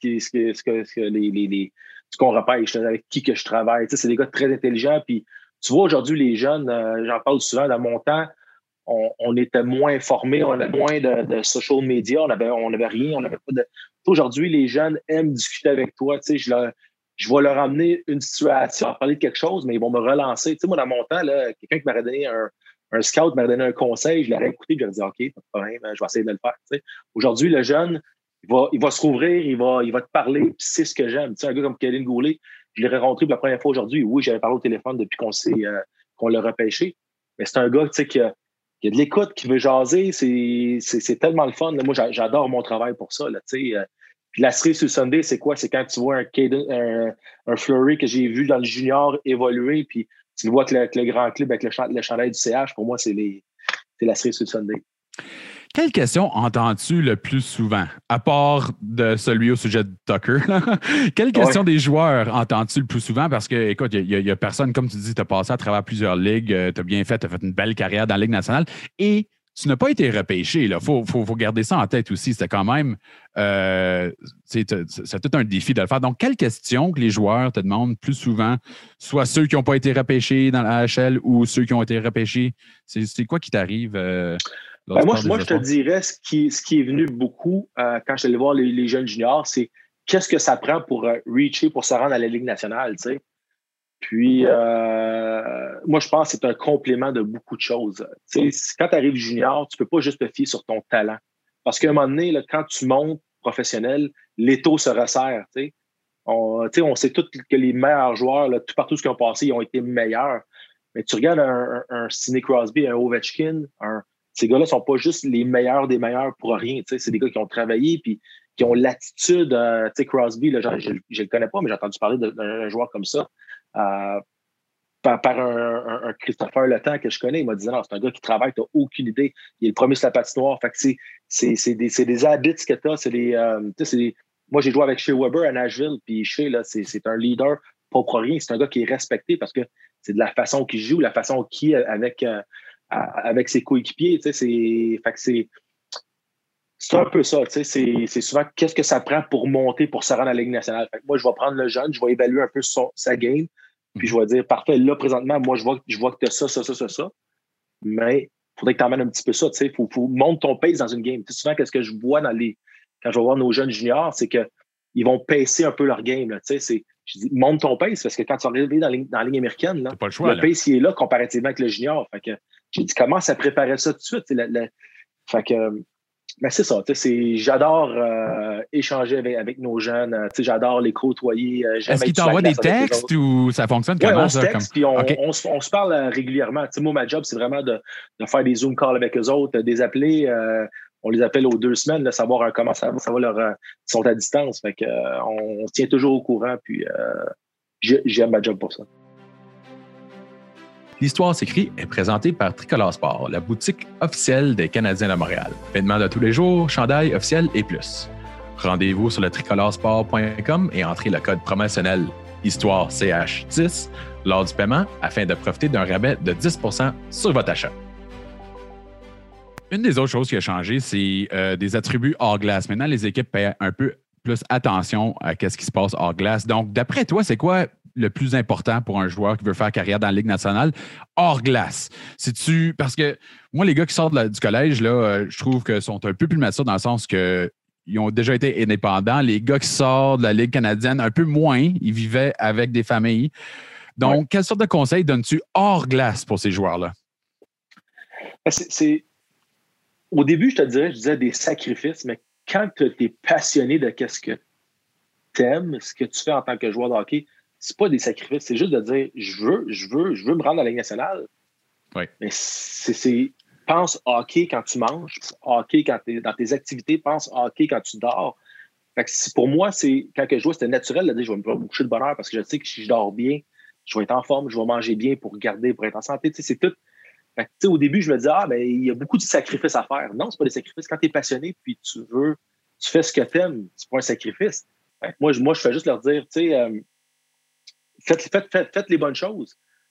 qu'on repêche, avec qui que je travaille. Tu sais, c'est des gars très intelligents. Puis tu vois, aujourd'hui, les jeunes, j'en parle souvent, dans mon temps, on était moins informés, on avait moins de social media, on avait rien, on n'avait pas de. Aujourd'hui, les jeunes aiment discuter avec toi. Tu sais, je vais leur amener une situation, parler de quelque chose, mais ils vont me relancer. Tu sais, moi, dans mon temps, là, quelqu'un qui m'aurait donné un scout m'aurait donné un conseil, je l'aurais écouté, je lui aurais dit OK, pas de problème, je vais essayer de le faire. Tu sais. Aujourd'hui, le jeune, il va se rouvrir, il va te parler, puis c'est ce que j'aime. Tu sais, un gars comme Kevin Goulet, je l'ai rencontré pour la première fois aujourd'hui. Oui, j'avais parlé au téléphone depuis qu'on l'a repêché. Mais c'est un gars, tu sais, qui a de l'écoute, qui veut jaser. C'est tellement le fun. Là. Moi, j'adore mon travail pour ça. Là, tu sais. Puis la cerise sur le Sunday, c'est quoi? C'est quand tu vois un Fleury que j'ai vu dans le junior évoluer, puis tu le vois avec le grand club, avec le chandail du CH. Pour moi, c'est la cerise sur le Sunday. Quelle question entends-tu le plus souvent, à part de celui au sujet de Tucker? Quelle question des joueurs entends-tu le plus souvent? Parce que, écoute, il y a personne, comme tu dis, tu as passé à travers plusieurs ligues, tu as bien fait, tu as fait une belle carrière dans la Ligue nationale et tu n'as pas été repêché. Il faut garder ça en tête aussi. C'était quand même c'est tout un défi de le faire. Donc, quelle question que les joueurs te demandent plus souvent, soit ceux qui n'ont pas été repêchés dans la AHL ou ceux qui ont été repêchés? C'est quoi qui t'arrive? Moi, je te dirais ce qui est venu beaucoup quand je suis allé voir les jeunes juniors, c'est qu'est-ce que ça prend pour reacher, pour se rendre à la Ligue nationale, tu sais. Puis, moi, je pense que c'est un complément de beaucoup de choses. Tu sais, quand tu arrives junior, tu ne peux pas juste te fier sur ton talent. Parce qu'à un moment donné, là, quand tu montes professionnel, l'étau se resserre. Tu sais. On sait tous que les meilleurs joueurs, là, tout partout ce qu'ils ont passé, ils ont été meilleurs. Mais tu regardes un Sidney Crosby, un Ovechkin, ces gars-là ne sont pas juste les meilleurs des meilleurs pour rien. Tu sais. C'est des gars qui ont travaillé puis qui ont l'attitude. Tu sais, Crosby, là, je ne le connais pas, mais j'ai entendu parler d'un joueur comme ça. Par un Christopher Le Temps que je connais, il m'a dit non, c'est un gars qui travaille, tu n'as aucune idée. Il est le premier sur la patinoire. Fait que c'est des habits que tu as. Moi, j'ai joué avec Shea Weber à Nashville, puis Shea, là, c'est un leader pas pour rien. C'est un gars qui est respecté parce que c'est de la façon qu'il joue, la façon qu'il est avec ses coéquipiers. Fait que c'est un peu ça. C'est souvent qu'est-ce que ça prend pour monter, pour se rendre à la Ligue nationale. Fait que moi, je vais prendre le jeune, je vais évaluer un peu sa game. Puis je vais dire, parfait, là, présentement, moi, je vois que tu as ça. Mais il faudrait que tu emmènes un petit peu ça. Il faut monter ton pace dans une game. T'sais, souvent, qu'est-ce que je vois quand je vais voir nos jeunes juniors, c'est qu'ils vont pacer un peu leur game. Là, je dis, monte ton pace, parce que quand tu arrives dans la ligne américaine, là, pas le choix, le pace, il est là comparativement avec le junior. Fait que j'ai dit, commence à préparer ça tout de suite. Fait que. Mais c'est ça, j'adore échanger avec nos jeunes, j'adore les côtoyer. Est-ce qu'ils t'envoient des textes ou ça fonctionne comment? On se texte, puis on se parle régulièrement. Moi, ma job, c'est vraiment de faire des Zoom calls avec eux autres, des appeler. On les appelle aux 2 semaines, là, savoir comment ça va ils sont à distance. Fait que, on se tient toujours au courant, puis j'aime ma job pour ça. L'Histoire s'écrit est présentée par Tricolore Sport, la boutique officielle des Canadiens de Montréal. Vêtements de tous les jours, chandail officiel et plus. Rendez-vous sur le tricoloresport.com et entrez le code promotionnel Histoire CH10 lors du paiement afin de profiter d'un rabais de 10% sur votre achat. Une des autres choses qui a changé, c'est des attributs hors glace. Maintenant, les équipes paient un peu plus attention à ce qui se passe hors glace. Donc, d'après toi, c'est quoi le plus important pour un joueur qui veut faire carrière dans la Ligue nationale hors glace? Parce que moi, les gars qui sortent du collège, là, je trouve qu'ils sont un peu plus matures dans le sens qu'ils ont déjà été indépendants. Les gars qui sortent de la Ligue canadienne, un peu moins, ils vivaient avec des familles. Donc, quelle sorte de conseils donnes-tu hors glace pour ces joueurs-là? Au début, je disais des sacrifices, mais quand tu es passionné de ce que tu aimes, ce que tu fais en tant que joueur de hockey, c'est pas des sacrifices, c'est juste de dire je veux me rendre à la Ligue nationale. Oui. Mais pense hockey quand tu manges, hockey quand tu es dans tes activités, pense hockey quand tu dors. Fait que pour moi, quand je jouais, c'était naturel de dire je vais me coucher de bonne heure parce que je sais que si je dors bien, je vais être en forme, je vais manger bien pour être en santé. C'est tout. Fait que, au début, je me disais, il y a beaucoup de sacrifices à faire. Non, c'est pas des sacrifices. Quand tu es passionné puis tu fais ce que tu aimes, c'est pas un sacrifice. Fait que moi, je fais juste leur dire, faites les bonnes choses.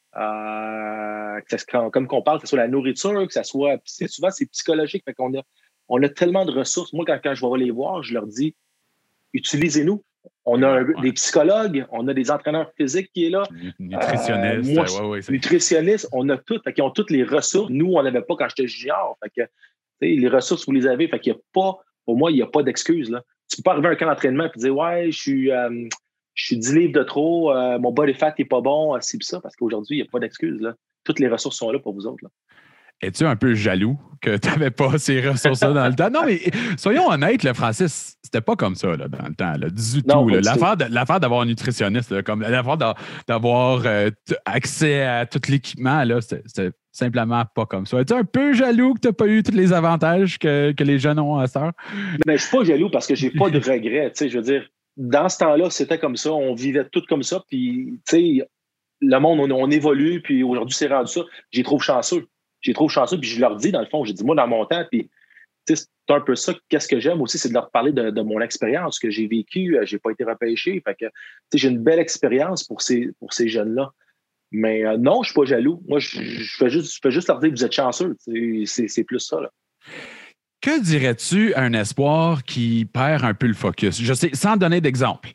Comme qu'on parle, que ce soit la nourriture, que ce soit. Souvent, c'est psychologique. Fait qu'on on a tellement de ressources. Moi, quand je vais les voir, je leur dis, utilisez-nous. On a des psychologues, on a des entraîneurs physiques qui est là. Nutritionnistes. Nutritionnistes, on a tout. Fait qu'ils ont toutes les ressources. Nous, on n'avait pas quand j'étais junior. Fait que, les ressources, vous les avez. Fait qu'il y a pas, pour moi, il n'y a pas d'excuse. Là. Tu peux pas arriver à un camp d'entraînement et dire ouais, je suis 10 livres de trop, mon body fat n'est pas bon, c'est ça, parce qu'aujourd'hui, il n'y a pas d'excuse. Là. Toutes les ressources sont là pour vous autres. Là. Es-tu un peu jaloux que tu n'avais pas ces ressources-là dans le temps? Non, mais soyons honnêtes, le Francis, c'était pas comme ça là, dans le temps. Là, du tout. L'affaire d'avoir un nutritionniste, là, comme l'affaire d'avoir accès à tout l'équipement, là, c'était simplement pas comme ça. Es-tu un peu jaloux que tu n'as pas eu tous les avantages que les jeunes ont à cette heure? Mais je suis pas jaloux parce que j'ai pas de regrets. Je veux dire, dans ce temps-là, c'était comme ça. On vivait tout comme ça. Puis, le monde, on évolue. Puis aujourd'hui, c'est rendu ça. J'y trouve chanceux. Puis je leur dis, dans le fond, j'ai dit, moi, dans mon temps, puis c'est un peu ça. Qu'est-ce que j'aime aussi, c'est de leur parler de mon expérience que j'ai vécue. J'ai pas été repêché. Fait que, j'ai une belle expérience pour ces jeunes-là. Mais non, je suis pas jaloux. Moi, je fais juste leur dire, vous êtes chanceux. C'est plus ça, là. Que dirais-tu à un espoir qui perd un peu le focus? Je sais, sans donner d'exemple.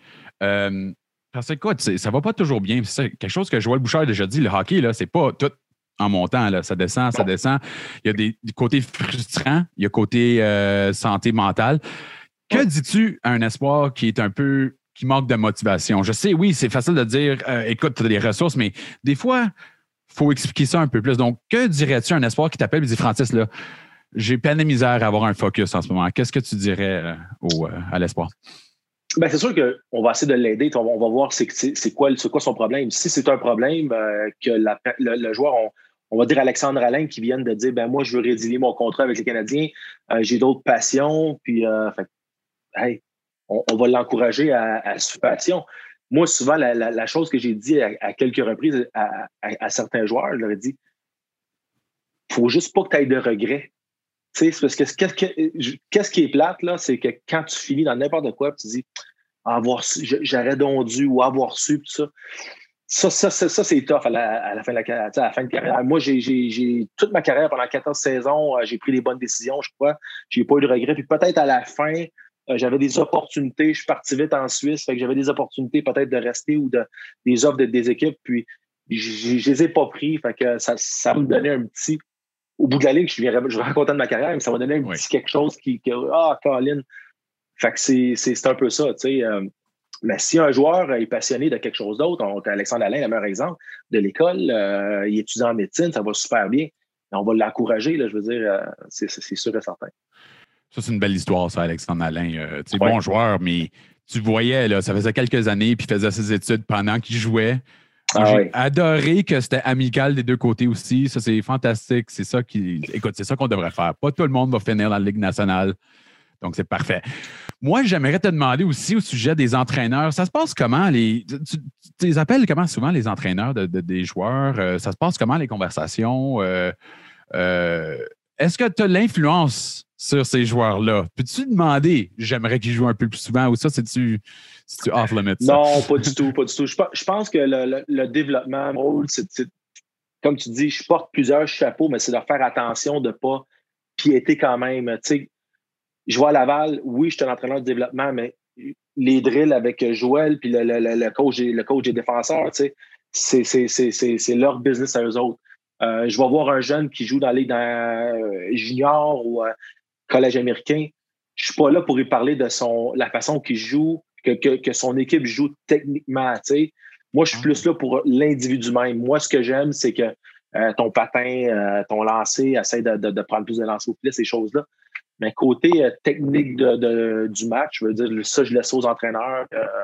Parce que, écoute, ça va pas toujours bien. C'est quelque chose que Joël Bouchard a déjà dit, le hockey, là, c'est pas tout en montant, là, ça descend. Il y a des côtés frustrants, il y a côté santé mentale. Que dis-tu à un espoir qui manque de motivation? Je sais, oui, c'est facile de dire, écoute, tu as des ressources, mais des fois, il faut expliquer ça un peu plus. Donc, que dirais-tu à un espoir qui t'appelle et dit, Francis, là, j'ai peine de misère à avoir un focus en ce moment. Qu'est-ce que tu dirais à l'espoir? Ben, c'est sûr qu'on va essayer de l'aider. On va voir c'est quoi son problème. Si c'est un problème que le joueur, on va dire Alexandre Alain qui vienne de dire moi, je veux résilier mon contrat avec les Canadiens, j'ai d'autres passions, puis on va l'encourager à cette passion. Moi, souvent, la chose que j'ai dit à quelques reprises à certains joueurs, je leur ai dit faut juste pas que tu aies de regrets. Tu sais, parce que qu'est-ce qui est plate, là, c'est que quand tu finis dans n'importe quoi, tu dis j'aurais donc dû ou avoir su, tout ça. Ça, c'est tough à la fin de carrière. Moi, j'ai toute ma carrière, pendant 14 saisons, j'ai pris les bonnes décisions, je crois. J'ai pas eu de regrets. Puis peut-être à la fin, j'avais des opportunités. Je suis parti vite en Suisse, fait que j'avais des opportunités peut-être de rester ou des offres des équipes. Puis je les ai pas pris. Fait que ça me donnait un petit... Au bout de la ligne, je suis vraiment content de ma carrière, mais ça m'a donné un petit quelque chose Colin. Fait que c'est un peu ça, tu sais. Mais si un joueur est passionné de quelque chose d'autre, Alexandre Alain, le meilleur exemple, de l'école, il étudie en médecine, ça va super bien. On va l'encourager, là, je veux dire, c'est sûr et certain. Ça, c'est une belle histoire, ça, Alexandre Alain. Bon joueur, mais tu voyais, là, ça faisait quelques années, puis il faisait ses études pendant qu'il jouait. J'ai adoré que c'était amical des deux côtés aussi. Ça, c'est fantastique. C'est ça c'est ça qu'on devrait faire. Pas tout le monde va finir dans la Ligue nationale Donc, c'est parfait. Moi, j'aimerais te demander aussi au sujet des entraîneurs. Ça se passe comment? Tu les appelles comment souvent les entraîneurs des joueurs? Ça se passe comment les conversations? Est-ce que tu as l'influence sur ces joueurs-là? Peux-tu demander, j'aimerais qu'ils jouent un peu plus souvent ou ça, c'est-tu off-limit? Non, pas du tout, pas du tout. Je pense que le développement, c'est, comme tu dis, je porte plusieurs chapeaux, mais c'est de faire attention de ne pas piéter quand même. Tu sais, je vois à Laval, oui, je suis un entraîneur de développement, mais les drills avec Joël puis le coach des défenseurs, tu sais, c'est leur business à eux autres. Je vais voir un jeune qui joue dans la ligue junior ou collège américain. Je suis pas là pour lui parler de la façon qu'il joue, que son équipe joue techniquement. Tu sais. Moi, je suis plus là pour l'individu même. Moi, ce que j'aime, c'est que ton patin, ton lancer, essaie de prendre plus de lancer au filet, ces choses-là. Mais côté technique du match, je veux dire, ça, je laisse aux entraîneurs.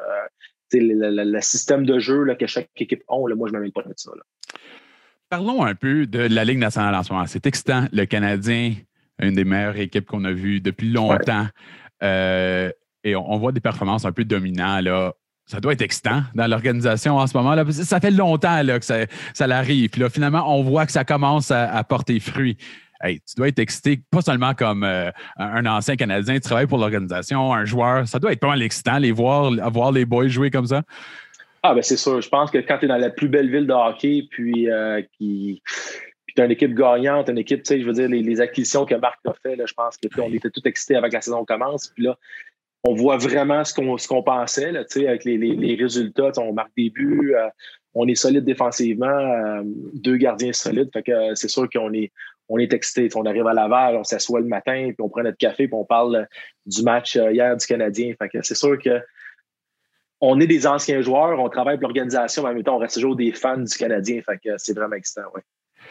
Le système de jeu là, que chaque équipe a, là, moi, je ne m'amène pas de ça. Là. Parlons un peu de la Ligue nationale en ce moment. C'est excitant. Le Canadien, une des meilleures équipes qu'on a vues depuis longtemps. Ouais. Et on voit des performances un peu dominantes. Là. Ça doit être excitant dans l'organisation en ce moment. Là. Ça fait longtemps là, que ça arrive. Puis là, finalement, on voit que ça commence à porter fruit. Hey, tu dois être excité, pas seulement comme un ancien Canadien, tu travailles pour l'organisation, un joueur. Ça doit être pas mal excitant, voir les boys jouer comme ça. Ah, ben c'est sûr. Je pense que quand tu es dans la plus belle ville de hockey, puis tu as une équipe gagnante, une équipe, tu sais, je veux dire, les acquisitions que Marc a fait, là, je pense qu'on était tous excités avant que la saison commence. Puis là, on voit vraiment ce qu'on pensait, là, tu sais, avec les résultats. On marque des buts, on est solide défensivement, 2 gardiens solides. Fait que c'est sûr qu'on est excités. On arrive à Laval, on s'assoit le matin, puis on prend notre café, puis on parle du match hier du Canadien. Fait que c'est sûr que on est des anciens joueurs, on travaille pour l'organisation, mais en même temps, on reste toujours des fans du Canadien. Fait que c'est vraiment excitant, oui.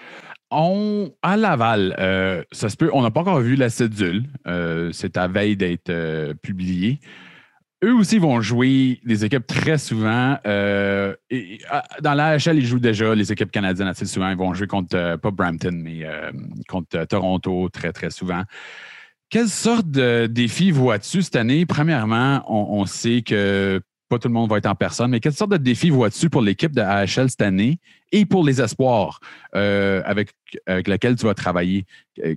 À Laval, ça se peut, on n'a pas encore vu la cédule. C'est à veille d'être publié. Eux aussi vont jouer des équipes très souvent. Dans l'AHL, ils jouent déjà les équipes canadiennes assez souvent. Ils vont jouer contre, pas Brampton, mais contre Toronto très, très souvent. Quelle sorte de défis vois-tu cette année? Premièrement, on sait que pas tout le monde va être en personne, mais quelle sorte de défis vois-tu pour l'équipe de AHL cette année et pour les espoirs avec lesquels tu vas travailler?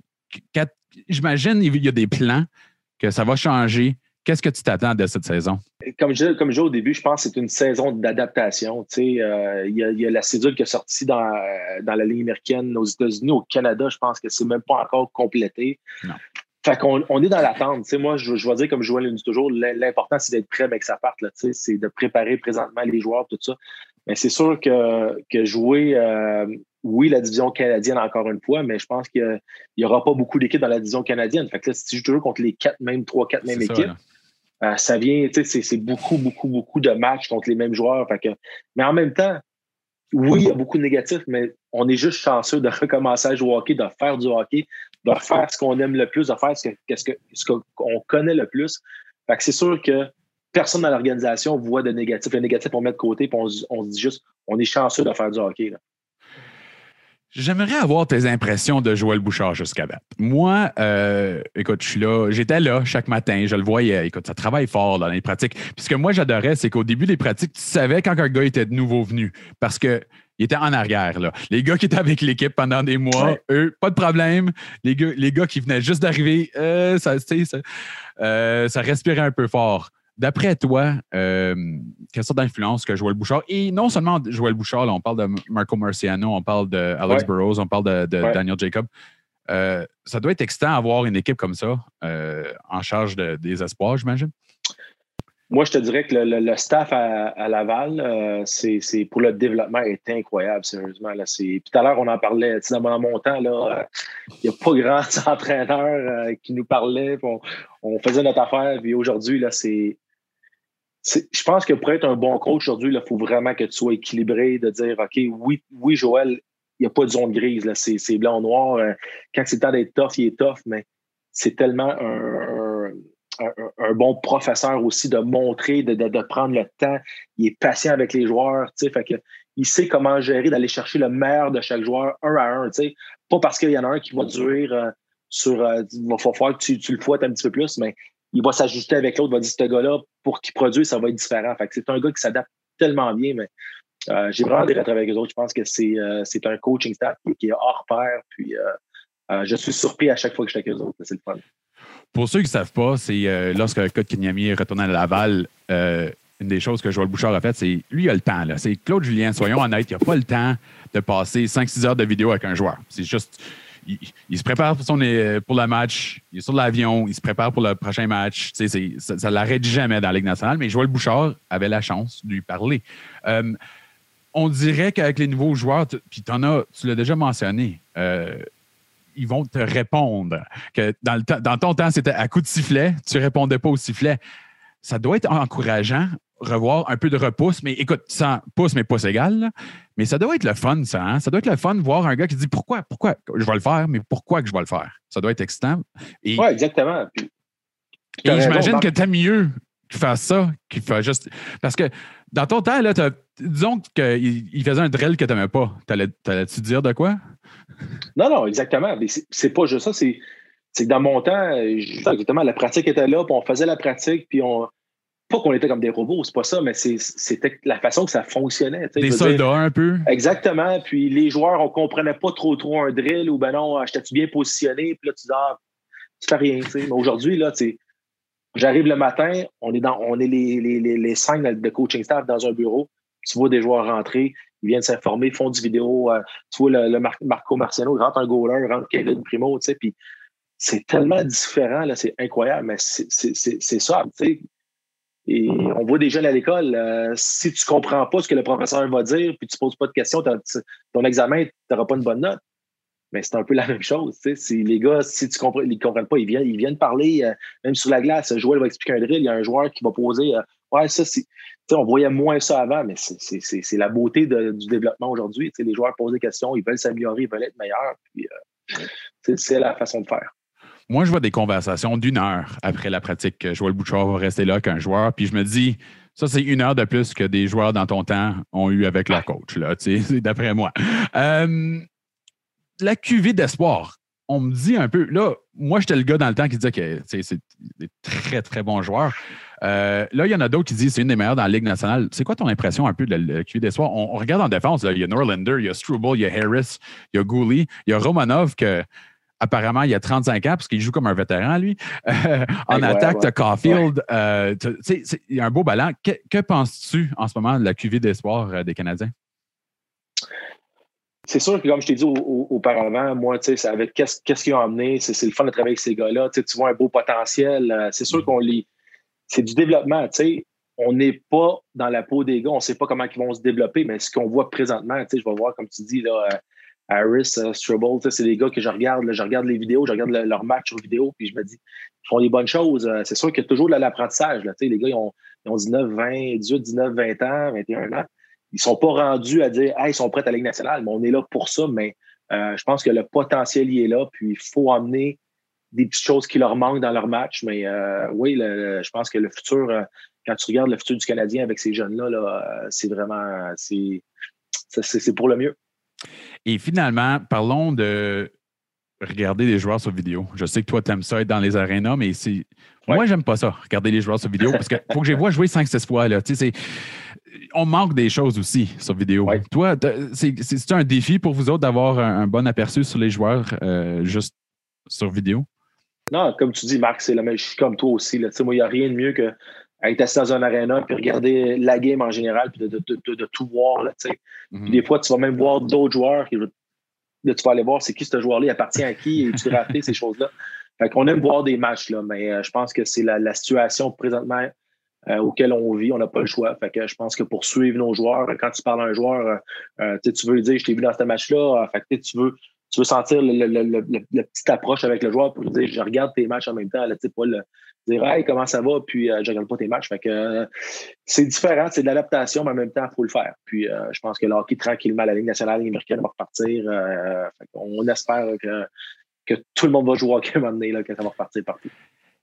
J'imagine qu'il y a des plans, que ça va changer. Qu'est-ce que tu t'attends de cette saison? Comme je disais au début, je pense que c'est une saison d'adaptation. Il y a la cédule qui est sortie dans la Ligue américaine aux États-Unis. Au Canada, je pense que c'est même pas encore complété. Non. Fait qu'on est dans l'attente. Moi, je vais dire, comme Joël le dit toujours, l'important, c'est d'être prêt avec ça parte. Là, c'est de préparer présentement les joueurs, tout ça. Mais c'est sûr que jouer, oui, la division canadienne encore une fois, mais je pense qu'il n'y aura pas beaucoup d'équipes dans la division canadienne. Fait que là, si tu joues toujours contre les 3-4 mêmes équipes, ça vient, c'est beaucoup, beaucoup, beaucoup de matchs contre les mêmes joueurs. Fait que, mais en même temps, oui, il y a beaucoup de négatifs, mais on est juste chanceux de recommencer à jouer au hockey, de faire du hockey, de faire ce qu'on aime le plus, de faire ce qu'on connaît le plus. Fait que c'est sûr que personne dans l'organisation voit de négatifs. Le négatif, on met de côté et on se dit juste, on est chanceux de faire du hockey. Là. J'aimerais avoir tes impressions de Joël Bouchard jusqu'à date. Moi, écoute, j'étais là chaque matin, je le voyais. Écoute, ça travaille fort dans les pratiques. Puis ce que moi, j'adorais, c'est qu'au début des pratiques, tu savais quand un gars était de nouveau venu parce qu'il était en arrière. Là. Les gars qui étaient avec l'équipe pendant des mois, eux, pas de problème. Les gars qui venaient juste d'arriver, ça respirait un peu fort. D'après toi, quelle sorte d'influence que Joël Bouchard, et non seulement Joël Bouchard, là, on parle de Marco Marciano, on parle de Alex Burrows, on parle de Daniel Jacob. Ça doit être excitant d'avoir une équipe comme ça en charge des espoirs, j'imagine? Moi, je te dirais que le staff à Laval, c'est pour le développement est incroyable, sérieusement. Là, puis tout à l'heure, on en parlait. Dans mon temps, il n'y a pas grands entraîneurs qui nous parlaient. On faisait notre affaire. Puis aujourd'hui, là, je pense que pour être un bon coach aujourd'hui, il faut vraiment que tu sois équilibré, de dire, OK, oui, Joël, il n'y a pas de zone grise, là, c'est blanc-noir. Quand c'est le temps d'être tough, il est tough, mais c'est tellement un bon professeur aussi de montrer, de prendre le temps. Il est patient avec les joueurs, tu sais, fait que il sait comment gérer, d'aller chercher le meilleur de chaque joueur, un à un, tu sais. Pas parce qu'il y en a un qui va durer il va falloir que tu le fouettes un petit peu plus, mais il va s'ajuster avec l'autre, va dire ce gars-là, pour qu'il produise, ça va être différent. Fait que c'est un gars qui s'adapte tellement bien, mais j'ai vraiment des retraits avec eux autres. Je pense que c'est un coaching staff qui est hors pair. Puis je suis surpris à chaque fois que je suis avec eux autres. C'est le fun. Pour ceux qui ne savent pas, c'est lorsque Kotkaniemi est retourné à Laval, une des choses que Joël Bouchard a fait, c'est lui, il a le temps. Là. C'est Claude Julien, soyons honnêtes, il n'a pas le temps de passer 5-6 heures de vidéo avec un joueur. C'est juste, il se prépare pour le match, il est sur l'avion, il se prépare pour le prochain match. Ça ne l'arrête jamais dans la Ligue nationale, mais Joël Bouchard avait la chance de lui parler. On dirait qu'avec les nouveaux joueurs, puis tu l'as déjà mentionné, ils vont te répondre. Que dans ton temps, c'était à coup de sifflet, tu ne répondais pas au sifflet. Ça doit être encourageant, revoir un peu de repousse, mais écoute, sans pouce, mais pouce égal, là. Mais ça doit être le fun, ça. Hein? Ça doit être le fun de voir un gars qui dit pourquoi je vais le faire, mais pourquoi que je vais le faire? Ça doit être excitant. Oui, exactement. Et j'imagine que t'aimes mieux qu'il fasse ça, qu'il fasse juste. Parce que dans ton temps, là, disons qu'il faisait un drill que tu n'aimais pas. T'allais-tu dire de quoi? Non, exactement. Mais c'est pas juste ça. C'est que dans mon temps, exactement, la pratique était là, puis on faisait la pratique, puis pas qu'on était comme des robots, c'est pas ça, mais c'était la façon que ça fonctionnait. Des soldats, un peu. Exactement. Puis les joueurs, on comprenait pas trop un drill, ou ben non, j'étais-tu bien positionné, puis là, tu fais rien. T'sais. Mais aujourd'hui, là, j'arrive le matin, on est les 5 de coaching staff dans un bureau, tu vois des joueurs rentrer, ils viennent s'informer, font du vidéo, tu vois le Marco Marciano, il rentre un goaler, il rentre Kevin Primo, tu sais, puis c'est tellement différent, là, c'est incroyable, mais c'est ça, tu sais. Et on voit des jeunes à l'école, si tu comprends pas ce que le professeur va dire, puis tu poses pas de questions, ton examen, tu n'auras pas une bonne note. Mais c'est un peu la même chose. Les gars, si tu comprends, ils comprennent pas, ils viennent parler, même sur la glace. Joël va expliquer un drill, il y a un joueur qui va poser ouais, ça, c'est. On voyait moins ça avant, mais c'est la beauté du développement aujourd'hui. Les joueurs posent des questions, ils veulent s'améliorer, ils veulent être meilleurs. Puis, c'est la façon de faire. Moi, je vois des conversations d'1 heure après la pratique que Joël Bouchard va rester là qu'un joueur. Puis je me dis, ça, c'est 1 heure de plus que des joueurs dans ton temps ont eu avec leur coach, là, d'après moi. La cuvée d'espoir, on me dit un peu... Là, moi, j'étais le gars dans le temps qui disait que c'est des très, très bons joueurs. Là, il y en a d'autres qui disent que c'est une des meilleures dans la Ligue nationale. C'est quoi ton impression un peu de la cuvée d'espoir? On regarde en défense, là, il y a Norlander, il y a Struble, il y a Harris, il y a Gooley, il y a Romanov que... Apparemment, il a 35 ans parce qu'il joue comme un vétéran, lui. En attaque, tu as Caulfield. Il y a un beau ballon. Que penses-tu en ce moment de la cuvée d'espoir des Canadiens? C'est sûr que, comme je t'ai dit auparavant, moi, avec qu'est-ce qu'ils ont amené, c'est le fun de travailler avec ces gars-là. Tu vois un beau potentiel. C'est sûr c'est du développement. On n'est pas dans la peau des gars. On ne sait pas comment ils vont se développer, mais ce qu'on voit présentement, je vais voir, comme tu dis, là, Harris, Struble, c'est des gars que je regarde. Là, je regarde les vidéos, je regarde leur match sur vidéo, puis je me dis, ils font des bonnes choses. C'est sûr qu'il y a toujours de l'apprentissage. Là, les gars, ils ont 19, 20, 18, 19, 20 ans, 21 ans. Ils ne sont pas rendus à dire, ils sont prêts à la Ligue nationale, mais on est là pour ça. Mais je pense que le potentiel y est là, puis il faut amener des petites choses qui leur manquent dans leur match. Mais oui, je pense que le futur, quand tu regardes le futur du Canadien avec ces jeunes-là, là, c'est vraiment, c'est pour le mieux. Et finalement, parlons de regarder les joueurs sur vidéo. Je sais que toi, tu aimes ça être dans les arénas, mais moi, j'aime pas ça, regarder les joueurs sur vidéo, parce qu'il faut que je les vois jouer 5-6 fois. Là. On manque des choses aussi sur vidéo. Ouais. Toi, c'est un défi pour vous autres d'avoir un bon aperçu sur les joueurs juste sur vidéo? Non, comme tu dis, Marc, je suis comme toi aussi. Là. Moi, il n'y a rien de mieux que être assis dans un aréna puis regarder la game en général puis de tout voir. Là, puis des fois, tu vas même voir d'autres joueurs. Là, tu vas aller voir c'est qui ce joueur-là, il appartient à qui, et tu raté ces choses-là. Fait qu'on aime voir des matchs, là, mais je pense que c'est la situation présentement auquel on vit, on n'a pas le choix. Fait que je pense que pour suivre nos joueurs, quand tu parles à un joueur, tu veux lui dire je t'ai vu dans ce match-là, fait que tu veux sentir la petite approche avec le joueur pour lui dire je regarde tes matchs en même temps, là, pas le dire hey, comment ça va, puis je regarde pas tes matchs. Fait que c'est différent, c'est de l'adaptation, mais en même temps, il faut le faire. Puis je pense que le hockey, tranquillement, la Ligue nationale américaine va repartir. On espère que tout le monde va jouer au hockey à un moment donné, là, que ça va repartir partout.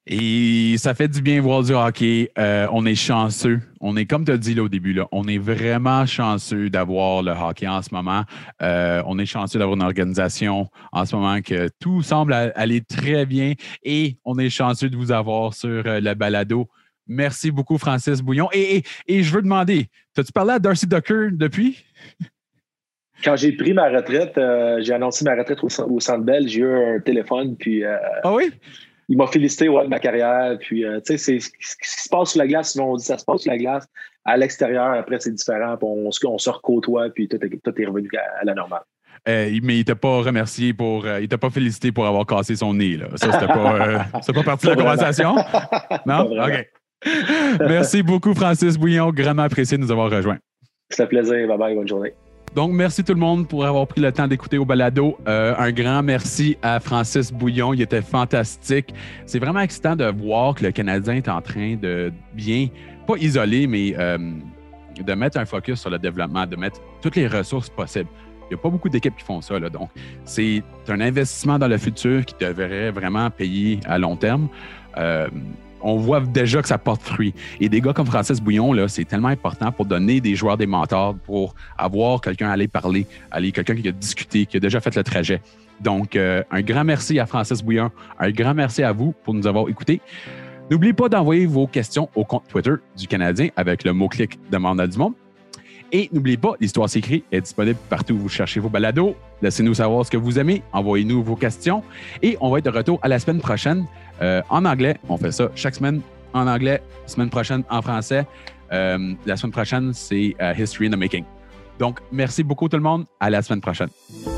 Et ça fait du bien voir du hockey. On est chanceux. On est, comme tu as dit là, au début, là, on est vraiment chanceux d'avoir le hockey en ce moment. On est chanceux d'avoir une organisation en ce moment que tout semble aller très bien. Et on est chanceux de vous avoir sur le balado. Merci beaucoup, Francis Bouillon. Et je veux demander, as-tu parlé à Darcy Ducker depuis? Quand j'ai pris ma retraite, j'ai annoncé ma retraite au Centre Bell, j'ai eu un téléphone, puis... Ah oui? Il m'a félicité de ma carrière. Puis, tu sais, c'est ce qui se passe sur la glace. Sinon, on dit ça se passe sur la glace. À l'extérieur, après, c'est différent. Puis on se recôtoie, puis tout est revenu à la normale. Mais il t'a pas remercié il t'a pas félicité pour avoir cassé son nez, là. Ça, c'était pas partie de la conversation? Non? OK. Merci beaucoup, Francis Bouillon. Grandement apprécié de nous avoir rejoints. C'était un plaisir. Bye-bye. Bonne journée. Donc, merci tout le monde pour avoir pris le temps d'écouter au balado. Un grand merci à Francis Bouillon. Il était fantastique. C'est vraiment excitant de voir que le Canadien est en train de bien, pas isoler, mais de mettre un focus sur le développement, de mettre toutes les ressources possibles. Il n'y a pas beaucoup d'équipes qui font ça, là. Donc, c'est un investissement dans le futur qui devrait vraiment payer à long terme. On voit déjà que ça porte fruit. Et des gars comme Francis Bouillon, là, c'est tellement important pour donner des joueurs des mentors, pour avoir quelqu'un à aller parler, quelqu'un qui a discuté, qui a déjà fait le trajet. Donc, un grand merci à Francis Bouillon. Un grand merci à vous pour nous avoir écoutés. N'oubliez pas d'envoyer vos questions au compte Twitter du Canadien avec le mot-clic « Demande à du monde ». Et n'oubliez pas, l'Histoire s'écrit est disponible partout où vous cherchez vos balados. Laissez-nous savoir ce que vous aimez. Envoyez-nous vos questions. Et on va être de retour à la semaine prochaine en anglais. On fait ça chaque semaine en anglais, semaine prochaine en français. La semaine prochaine, c'est History in the Making. Donc, merci beaucoup tout le monde. À la semaine prochaine.